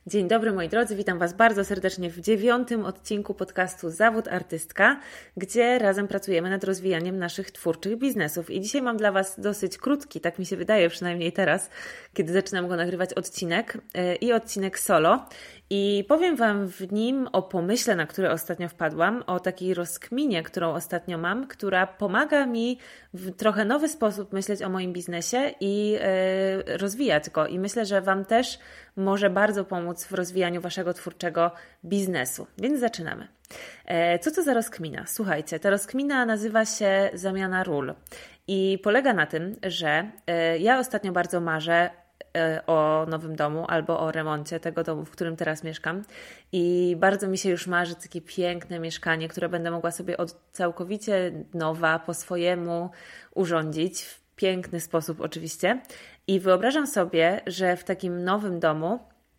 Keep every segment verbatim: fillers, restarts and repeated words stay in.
Dzień dobry moi drodzy, witam Was bardzo serdecznie w dziewiątym odcinku podcastu Zawód Artystka, gdzie razem pracujemy nad rozwijaniem naszych twórczych biznesów. I dzisiaj mam dla Was dosyć krótki, tak mi się wydaje przynajmniej teraz, kiedy zaczynam go nagrywać, odcinek i odcinek solo. I powiem Wam w nim o pomyśle, na który ostatnio wpadłam, o takiej rozkminie, którą ostatnio mam, która pomaga mi w trochę nowy sposób myśleć o moim biznesie i yy, rozwijać go. I myślę, że Wam też może bardzo pomóc w rozwijaniu Waszego twórczego biznesu. Więc zaczynamy. E, co to za rozkmina? Słuchajcie, ta rozkmina nazywa się zamiana ról i polega na tym, że e, ja ostatnio bardzo marzę o nowym domu albo o remoncie tego domu, w którym teraz mieszkam i bardzo mi się już marzy takie piękne mieszkanie, które będę mogła sobie od całkowicie nowa, po swojemu urządzić, w piękny sposób oczywiście. I wyobrażam sobie, że w takim nowym domu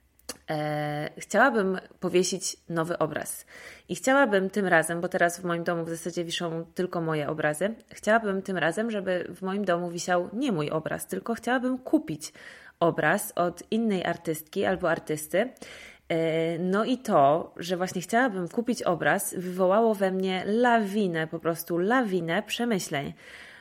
e, chciałabym powiesić nowy obraz. I chciałabym tym razem, bo teraz w moim domu w zasadzie wiszą tylko moje obrazy, chciałabym tym razem, żeby w moim domu wisiał nie mój obraz, tylko chciałabym kupić obraz od innej artystki albo artysty. No i to, że właśnie chciałabym kupić obraz, wywołało we mnie lawinę, po prostu lawinę przemyśleń,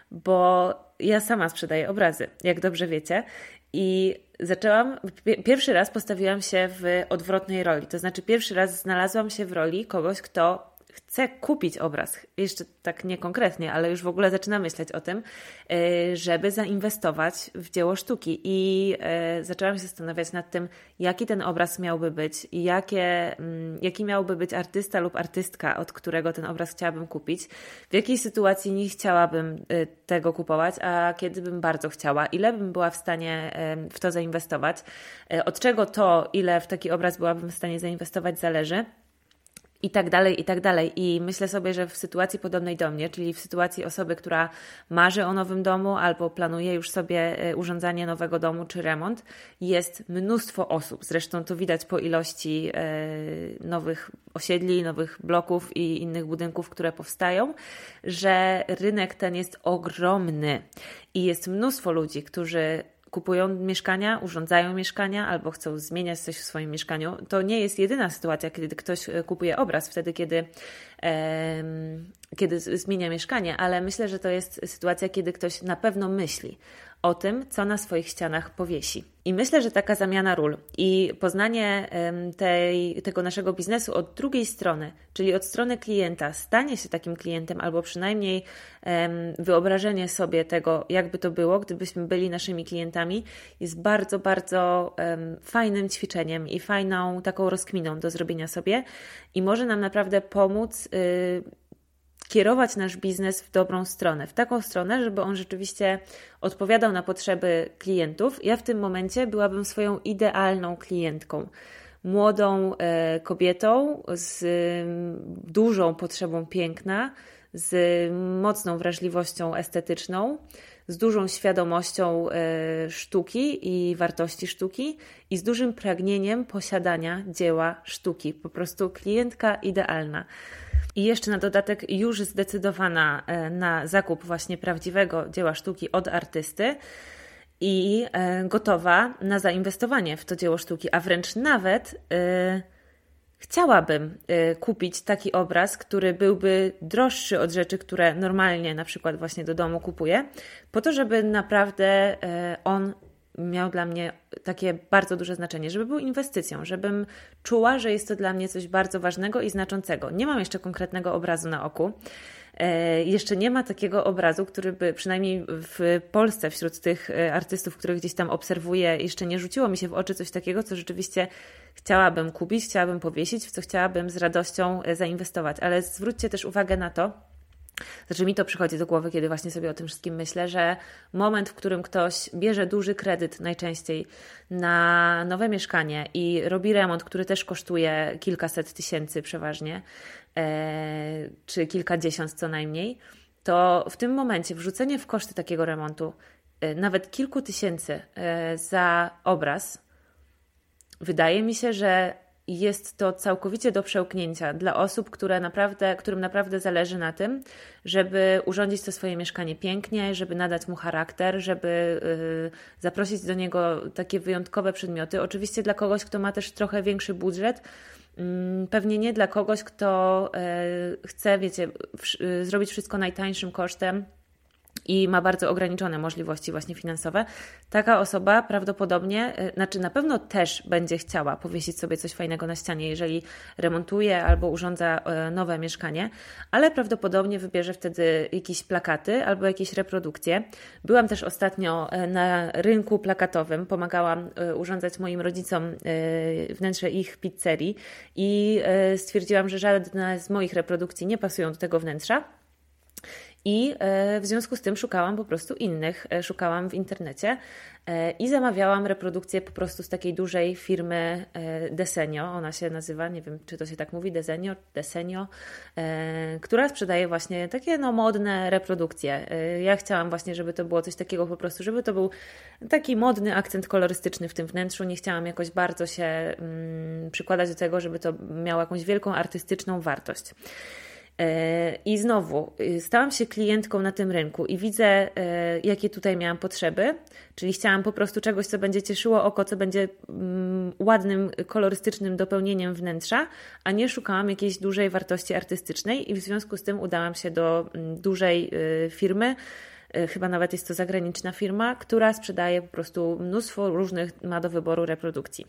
bo ja sama sprzedaję obrazy, jak dobrze wiecie, i zaczęłam, pierwszy raz postawiłam się w odwrotnej roli, to znaczy pierwszy raz znalazłam się w roli kogoś, kto chcę kupić obraz, jeszcze tak niekonkretnie, ale już w ogóle zaczynam myśleć o tym, żeby zainwestować w dzieło sztuki i zaczęłam się zastanawiać nad tym, jaki ten obraz miałby być i jakie, jaki miałby być artysta lub artystka, od którego ten obraz chciałabym kupić, w jakiej sytuacji nie chciałabym tego kupować, a kiedy bym bardzo chciała, ile bym była w stanie w to zainwestować, od czego to, ile w taki obraz byłabym w stanie zainwestować, zależy. I tak dalej, i tak dalej. I myślę sobie, że w sytuacji podobnej do mnie, czyli w sytuacji osoby, która marzy o nowym domu albo planuje już sobie urządzanie nowego domu czy remont, jest mnóstwo osób. Zresztą to widać po ilości e, nowych osiedli, nowych bloków i innych budynków, które powstają, że rynek ten jest ogromny i jest mnóstwo ludzi, którzy kupują mieszkania, urządzają mieszkania albo chcą zmieniać coś w swoim mieszkaniu. To nie jest jedyna sytuacja, kiedy ktoś kupuje obraz, wtedy kiedy, e, kiedy zmienia mieszkanie, ale myślę, że to jest sytuacja, kiedy ktoś na pewno myśli o tym, co na swoich ścianach powiesi. I myślę, że taka zamiana ról i poznanie tej, tego naszego biznesu od drugiej strony, czyli od strony klienta, stanie się takim klientem albo przynajmniej um, wyobrażenie sobie tego, jakby to było, gdybyśmy byli naszymi klientami, jest bardzo, bardzo um, fajnym ćwiczeniem i fajną taką rozkminą do zrobienia sobie i może nam naprawdę pomóc y, kierować nasz biznes w dobrą stronę, w taką stronę, żeby on rzeczywiście odpowiadał na potrzeby klientów. Ja w tym momencie byłabym swoją idealną klientką. Młodą e, kobietą z e, dużą potrzebą piękna, z mocną wrażliwością estetyczną, z dużą świadomością e, sztuki i wartości sztuki i z dużym pragnieniem posiadania dzieła sztuki. Po prostu klientka idealna. I jeszcze na dodatek już zdecydowana na zakup właśnie prawdziwego dzieła sztuki od artysty i gotowa na zainwestowanie w to dzieło sztuki, a wręcz nawet yy, chciałabym yy, kupić taki obraz, który byłby droższy od rzeczy, które normalnie na przykład właśnie do domu kupuję, po to, żeby naprawdę yy, on miał dla mnie takie bardzo duże znaczenie, żeby był inwestycją, żebym czuła, że jest to dla mnie coś bardzo ważnego i znaczącego. Nie mam jeszcze konkretnego obrazu na oku. E, jeszcze nie ma takiego obrazu, który by przynajmniej w Polsce wśród tych artystów, których gdzieś tam obserwuję, jeszcze nie rzuciło mi się w oczy coś takiego, co rzeczywiście chciałabym kupić, chciałabym powiesić, w co chciałabym z radością zainwestować. Ale zwróćcie też uwagę na to, znaczy mi to przychodzi do głowy, kiedy właśnie sobie o tym wszystkim myślę, że moment, w którym ktoś bierze duży kredyt najczęściej na nowe mieszkanie i robi remont, który też kosztuje kilkaset tysięcy przeważnie, e, czy kilkadziesiąt co najmniej, to w tym momencie wrzucenie w koszty takiego remontu e, nawet kilku tysięcy e, za obraz, wydaje mi się, że jest to całkowicie do przełknięcia dla osób, które naprawdę, którym naprawdę zależy na tym, żeby urządzić to swoje mieszkanie pięknie, żeby nadać mu charakter, żeby yy, zaprosić do niego takie wyjątkowe przedmioty. Oczywiście dla kogoś, kto ma też trochę większy budżet, yy, pewnie nie dla kogoś, kto yy, chce, wiecie, w, yy, zrobić wszystko najtańszym kosztem i ma bardzo ograniczone możliwości właśnie finansowe, taka osoba prawdopodobnie, znaczy na pewno też będzie chciała powiesić sobie coś fajnego na ścianie, jeżeli remontuje albo urządza nowe mieszkanie, ale prawdopodobnie wybierze wtedy jakieś plakaty albo jakieś reprodukcje. Byłam też ostatnio na rynku plakatowym, pomagałam urządzać moim rodzicom wnętrze ich pizzerii i stwierdziłam, że żadne z moich reprodukcji nie pasują do tego wnętrza. I w związku z tym szukałam po prostu innych, szukałam w internecie i zamawiałam reprodukcję po prostu z takiej dużej firmy Desenio, ona się nazywa, nie wiem czy to się tak mówi, Desenio, Desenio, która sprzedaje właśnie takie no modne reprodukcje. Ja chciałam właśnie, żeby to było coś takiego po prostu, żeby to był taki modny akcent kolorystyczny w tym wnętrzu, nie chciałam jakoś bardzo się mm, przykładać do tego, żeby to miało jakąś wielką artystyczną wartość. I znowu stałam się klientką na tym rynku i widzę, jakie tutaj miałam potrzeby, czyli chciałam po prostu czegoś, co będzie cieszyło oko, co będzie ładnym, kolorystycznym dopełnieniem wnętrza, a nie szukałam jakiejś dużej wartości artystycznej i w związku z tym udałam się do dużej firmy, chyba nawet jest to zagraniczna firma, która sprzedaje po prostu mnóstwo różnych, ma do wyboru reprodukcji.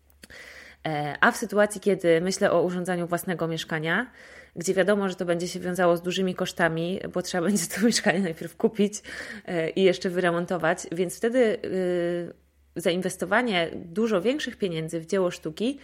A w sytuacji, kiedy myślę o urządzaniu własnego mieszkania, gdzie wiadomo, że to będzie się wiązało z dużymi kosztami, bo trzeba będzie to mieszkanie najpierw kupić i jeszcze wyremontować, więc wtedy zainwestowanie dużo większych pieniędzy w dzieło sztuki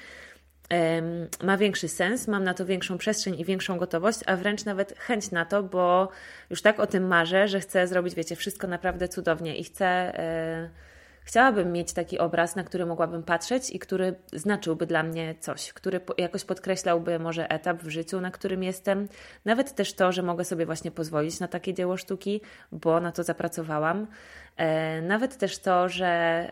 ma większy sens, mam na to większą przestrzeń i większą gotowość, a wręcz nawet chęć na to, bo już tak o tym marzę, że chcę zrobić, wiecie, wszystko naprawdę cudownie i chcę... Chciałabym mieć taki obraz, na który mogłabym patrzeć i który znaczyłby dla mnie coś, który jakoś podkreślałby może etap w życiu, na którym jestem. Nawet też to, że mogę sobie właśnie pozwolić na takie dzieło sztuki, bo na to zapracowałam. Nawet też to, że,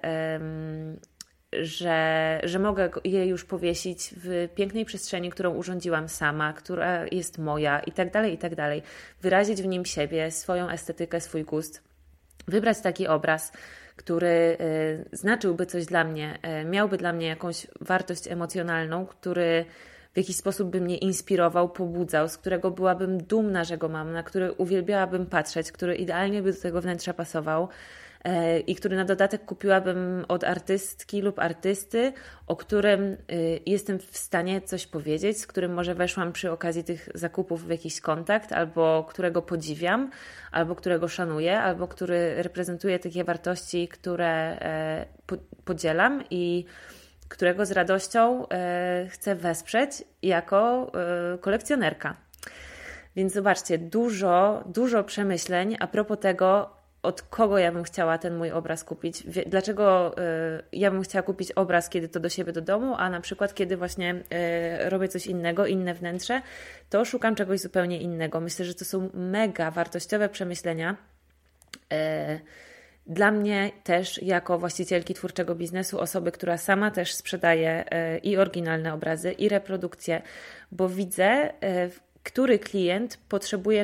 że, że mogę je już powiesić w pięknej przestrzeni, którą urządziłam sama, która jest moja i tak dalej, i tak dalej. Wyrazić w nim siebie, swoją estetykę, swój gust. Wybrać taki obraz, który y, znaczyłby coś dla mnie, y, miałby dla mnie jakąś wartość emocjonalną, który w jakiś sposób by mnie inspirował, pobudzał, z którego byłabym dumna, że go mam, na który uwielbiałabym patrzeć, który idealnie by do tego wnętrza pasował y, i który na dodatek kupiłabym od artystki lub artysty, o którym y, jestem w stanie coś powiedzieć, z którym może weszłam przy okazji tych zakupów w jakiś kontakt, albo którego podziwiam, albo którego szanuję, albo który reprezentuje takie wartości, które e, po, podzielam i którego z radością e, chcę wesprzeć jako e, kolekcjonerka. Więc zobaczcie, dużo, dużo przemyśleń a propos tego, od kogo ja bym chciała ten mój obraz kupić. Dlaczego y, ja bym chciała kupić obraz, kiedy to do siebie do domu, a na przykład kiedy właśnie y, robię coś innego, inne wnętrze, to szukam czegoś zupełnie innego. Myślę, że to są mega wartościowe przemyślenia. Y, Dla mnie też jako właścicielki twórczego biznesu, osoby, która sama też sprzedaje y, i oryginalne obrazy, i reprodukcje, bo widzę, y, który klient potrzebuje,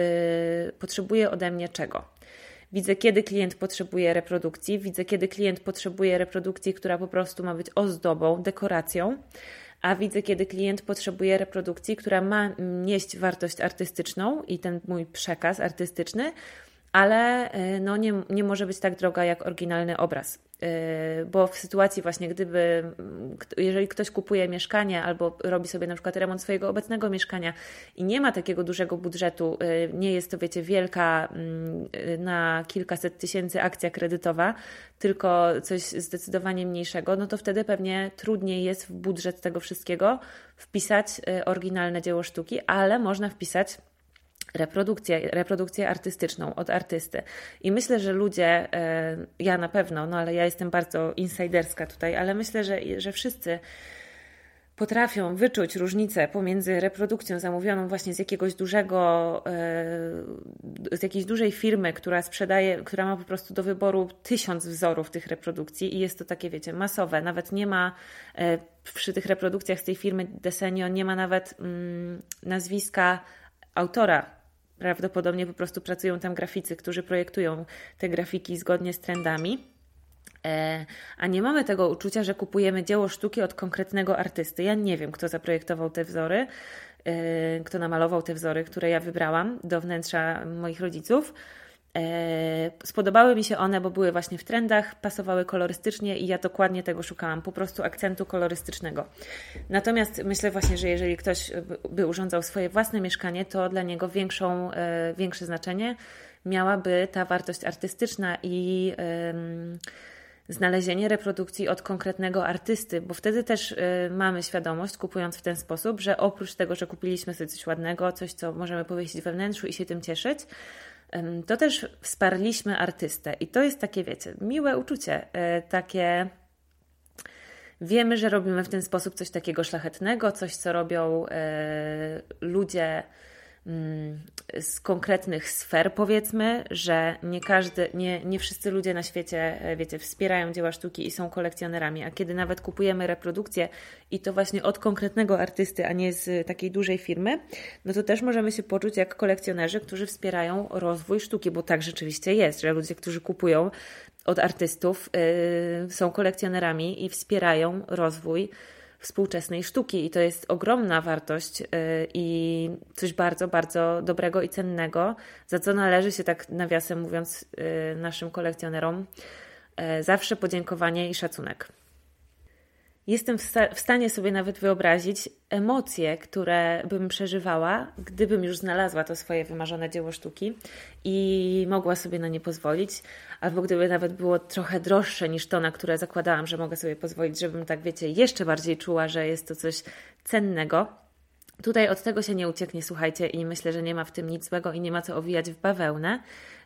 y, potrzebuje ode mnie czego. Widzę, kiedy klient potrzebuje reprodukcji, widzę, kiedy klient potrzebuje reprodukcji, która po prostu ma być ozdobą, dekoracją, a widzę, kiedy klient potrzebuje reprodukcji, która ma nieść wartość artystyczną i ten mój przekaz artystyczny, ale no nie, nie może być tak droga jak oryginalny obraz. Bo w sytuacji właśnie, gdyby, jeżeli ktoś kupuje mieszkanie albo robi sobie na przykład remont swojego obecnego mieszkania i nie ma takiego dużego budżetu, nie jest to, wiecie, wielka na kilkaset tysięcy akcja kredytowa, tylko coś zdecydowanie mniejszego, no to wtedy pewnie trudniej jest w budżet tego wszystkiego wpisać oryginalne dzieło sztuki, ale można wpisać reprodukcję, reprodukcję artystyczną od artysty. I myślę, że ludzie, ja na pewno, no ale ja jestem bardzo insiderska tutaj, ale myślę, że, że wszyscy potrafią wyczuć różnicę pomiędzy reprodukcją zamówioną właśnie z jakiegoś dużego, z jakiejś dużej firmy, która sprzedaje, która ma po prostu do wyboru tysiąc wzorów tych reprodukcji i jest to takie, wiecie, masowe. Nawet nie ma przy tych reprodukcjach z tej firmy Desenio nie ma nawet mm, nazwiska autora. Prawdopodobnie po prostu pracują tam graficy, którzy projektują te grafiki zgodnie z trendami. A nie mamy tego uczucia, że kupujemy dzieło sztuki od konkretnego artysty. Ja nie wiem, kto zaprojektował te wzory, kto namalował te wzory, które ja wybrałam do wnętrza moich rodziców. Spodobały mi się one, bo były właśnie w trendach, pasowały kolorystycznie i ja dokładnie tego szukałam, po prostu akcentu kolorystycznego. Natomiast myślę właśnie, że jeżeli ktoś by urządzał swoje własne mieszkanie, to dla niego większą, większe znaczenie miałaby ta wartość artystyczna i znalezienie reprodukcji od konkretnego artysty, bo wtedy też y, mamy świadomość, kupując w ten sposób, że oprócz tego, że kupiliśmy sobie coś ładnego, coś, co możemy powiesić we wnętrzu i się tym cieszyć, y, to też wsparliśmy artystę. I to jest takie, wiecie, miłe uczucie, y, takie... Wiemy, że robimy w ten sposób coś takiego szlachetnego, coś, co robią y, ludzie z konkretnych sfer, powiedzmy, że nie każdy, nie, nie wszyscy ludzie na świecie, wiecie, wspierają dzieła sztuki i są kolekcjonerami, a kiedy nawet kupujemy reprodukcję i to właśnie od konkretnego artysty, a nie z takiej dużej firmy, no to też możemy się poczuć jak kolekcjonerzy, którzy wspierają rozwój sztuki, bo tak rzeczywiście jest, że ludzie, którzy kupują od artystów, yy, są kolekcjonerami i wspierają rozwój współczesnej sztuki i to jest ogromna wartość yy, i coś bardzo, bardzo dobrego i cennego, za co należy się, tak nawiasem mówiąc, yy, naszym kolekcjonerom yy, zawsze podziękowanie i szacunek. Jestem w, sta- w stanie sobie nawet wyobrazić emocje, które bym przeżywała, gdybym już znalazła to swoje wymarzone dzieło sztuki i mogła sobie na nie pozwolić, albo gdyby nawet było trochę droższe niż to, na które zakładałam, że mogę sobie pozwolić, żebym tak, wiecie, jeszcze bardziej czuła, że jest to coś cennego. Tutaj od tego się nie ucieknie, słuchajcie, i myślę, że nie ma w tym nic złego i nie ma co owijać w bawełnę,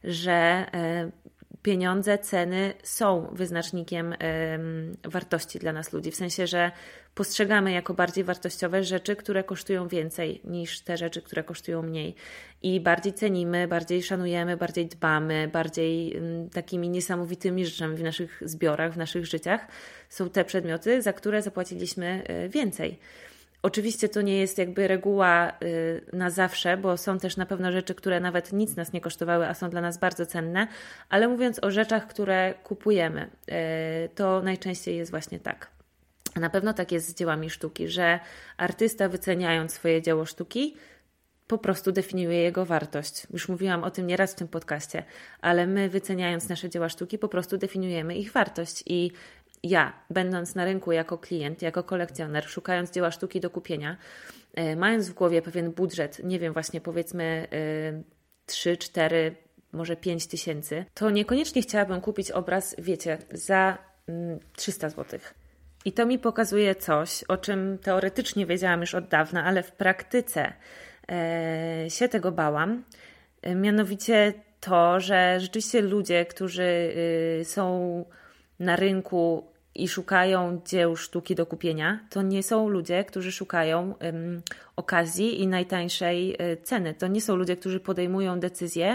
że yy, pieniądze, ceny są wyznacznikiem ym, wartości dla nas ludzi. W sensie, że postrzegamy jako bardziej wartościowe rzeczy, które kosztują więcej niż te rzeczy, które kosztują mniej. I bardziej cenimy, bardziej szanujemy, bardziej dbamy, bardziej ym, takimi niesamowitymi rzeczami w naszych zbiorach, w naszych życiach są te przedmioty, za które zapłaciliśmy y, więcej. Oczywiście to nie jest jakby reguła y, na zawsze, bo są też na pewno rzeczy, które nawet nic nas nie kosztowały, a są dla nas bardzo cenne, ale mówiąc o rzeczach, które kupujemy, y, to najczęściej jest właśnie tak. A na pewno tak jest z dziełami sztuki, że artysta, wyceniając swoje dzieło sztuki, po prostu definiuje jego wartość. Już mówiłam o tym nieraz w tym podcaście, ale my, wyceniając nasze dzieła sztuki, po prostu definiujemy ich wartość i ja, będąc na rynku jako klient, jako kolekcjoner, szukając dzieła sztuki do kupienia, yy, mając w głowie pewien budżet, nie wiem, właśnie powiedzmy yy, trzy, cztery, może pięć tysięcy, to niekoniecznie chciałabym kupić obraz, wiecie, za yy, trzysta złotych. I to mi pokazuje coś, o czym teoretycznie wiedziałam już od dawna, ale w praktyce yy, się tego bałam. Yy, mianowicie to, że rzeczywiście ludzie, którzy yy, są na rynku i szukają dzieł sztuki do kupienia, to nie są ludzie, którzy szukają um, okazji i najtańszej y, ceny. To nie są ludzie, którzy podejmują decyzję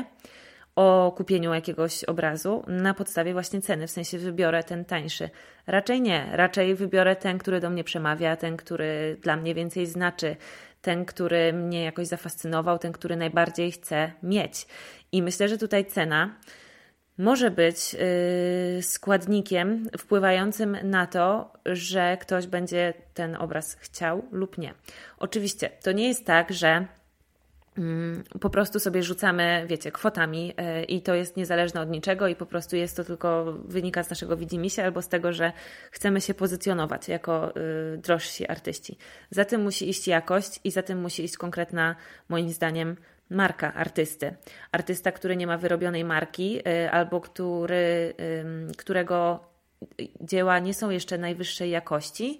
o kupieniu jakiegoś obrazu na podstawie właśnie ceny, w sensie wybiorę ten tańszy. Raczej nie. Raczej wybiorę ten, który do mnie przemawia, ten, który dla mnie więcej znaczy, ten, który mnie jakoś zafascynował, ten, który najbardziej chcę mieć. I myślę, że tutaj cena może być yy, składnikiem wpływającym na to, że ktoś będzie ten obraz chciał lub nie. Oczywiście to nie jest tak, że yy, po prostu sobie rzucamy, wiecie, kwotami yy, i to jest niezależne od niczego i po prostu jest to tylko wynika z naszego widzimisię albo z tego, że chcemy się pozycjonować jako yy, drożsi artyści. Za tym musi iść jakość i za tym musi iść konkretna, moim zdaniem, marka artysty. Artysta, który nie ma wyrobionej marki y, albo który, y, którego dzieła nie są jeszcze najwyższej jakości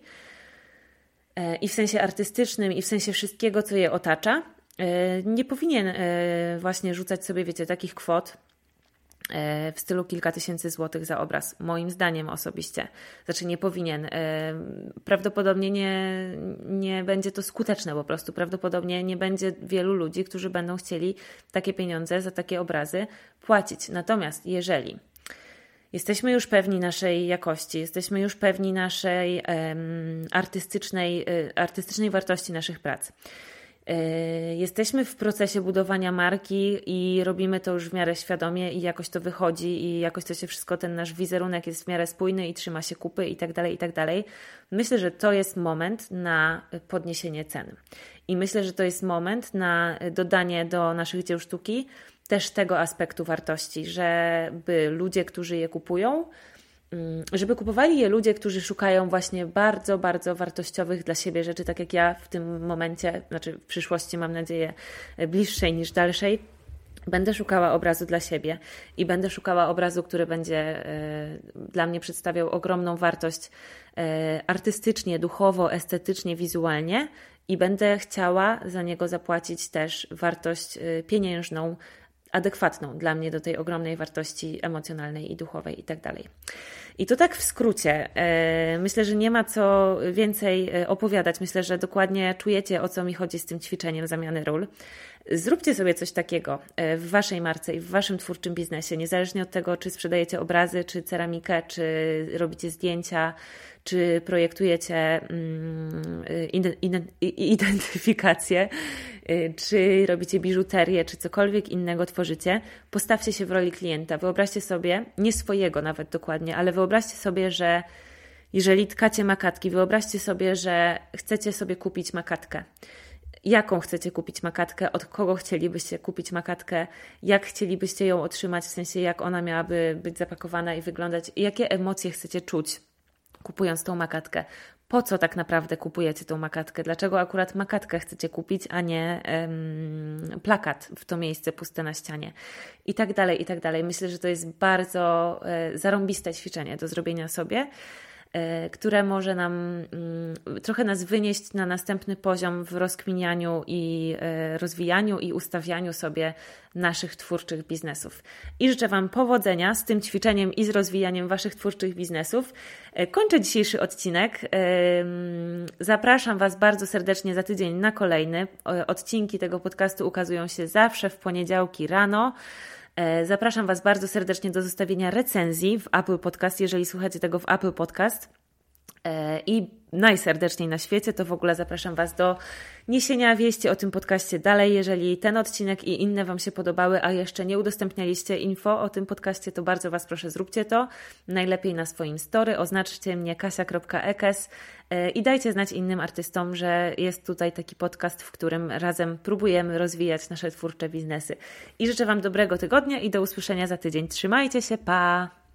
y, i w sensie artystycznym i w sensie wszystkiego, co je otacza, y, nie powinien y, właśnie rzucać sobie, wiecie, takich kwot w stylu kilka tysięcy złotych za obraz. Moim zdaniem osobiście. Znaczy nie powinien. Prawdopodobnie nie, nie będzie to skuteczne po prostu. Prawdopodobnie nie będzie wielu ludzi, którzy będą chcieli takie pieniądze za takie obrazy płacić. Natomiast jeżeli jesteśmy już pewni naszej jakości, jesteśmy już pewni naszej um, artystycznej, artystycznej wartości naszych prac, jesteśmy w procesie budowania marki i robimy to już w miarę świadomie i jakoś to wychodzi i jakoś to się wszystko, ten nasz wizerunek jest w miarę spójny i trzyma się kupy i tak dalej, i tak dalej. Myślę, że to jest moment na podniesienie cen. I myślę, że to jest moment na dodanie do naszych dzieł sztuki też tego aspektu wartości, żeby ludzie, którzy je kupują, żeby kupowali je ludzie, którzy szukają właśnie bardzo, bardzo wartościowych dla siebie rzeczy, tak jak ja w tym momencie, znaczy w przyszłości mam nadzieję bliższej niż dalszej, będę szukała obrazu dla siebie i będę szukała obrazu, który będzie dla mnie przedstawiał ogromną wartość artystycznie, duchowo, estetycznie, wizualnie i będę chciała za niego zapłacić też wartość pieniężną, adekwatną dla mnie do tej ogromnej wartości emocjonalnej i duchowej i tak dalej. I to tak w skrócie. Myślę, że nie ma co więcej opowiadać. Myślę, że dokładnie czujecie, o co mi chodzi z tym ćwiczeniem zamiany ról. Zróbcie sobie coś takiego w Waszej marce i w Waszym twórczym biznesie, niezależnie od tego, czy sprzedajecie obrazy, czy ceramikę, czy robicie zdjęcia, czy projektujecie identyfikację, czy robicie biżuterię, czy cokolwiek innego tworzycie, postawcie się w roli klienta. Wyobraźcie sobie, nie swojego nawet dokładnie, ale wyobraźcie sobie, że jeżeli tkacie makatki, wyobraźcie sobie, że chcecie sobie kupić makatkę. Jaką chcecie kupić makatkę, od kogo chcielibyście kupić makatkę, jak chcielibyście ją otrzymać, w sensie jak ona miałaby być zapakowana i wyglądać, i jakie emocje chcecie czuć, kupując tą makatkę. Po co tak naprawdę kupujecie tą makatkę? Dlaczego akurat makatkę chcecie kupić, a nie um, plakat w to miejsce puste na ścianie? I tak dalej, i tak dalej. Myślę, że to jest bardzo e, zarąbiste ćwiczenie do zrobienia sobie, które może nam trochę nas wynieść na następny poziom w rozkminianiu i rozwijaniu i ustawianiu sobie naszych twórczych biznesów. I życzę Wam powodzenia z tym ćwiczeniem i z rozwijaniem Waszych twórczych biznesów. Kończę dzisiejszy odcinek. Zapraszam Was bardzo serdecznie za tydzień na kolejny. Odcinki tego podcastu ukazują się zawsze w poniedziałki rano. Zapraszam Was bardzo serdecznie do zostawienia recenzji w Apple Podcast, jeżeli słuchacie tego w Apple Podcast. I najserdeczniej na świecie to w ogóle zapraszam Was do niesienia wieści o tym podcaście dalej. Jeżeli ten odcinek i inne Wam się podobały, a jeszcze nie udostępnialiście info o tym podcaście, to bardzo Was proszę, zróbcie to. Najlepiej na swoim story, oznaczcie mnie kasia kropka ekes i dajcie znać innym artystom, że jest tutaj taki podcast, w którym razem próbujemy rozwijać nasze twórcze biznesy. I życzę Wam dobrego tygodnia i do usłyszenia za tydzień. Trzymajcie się, pa!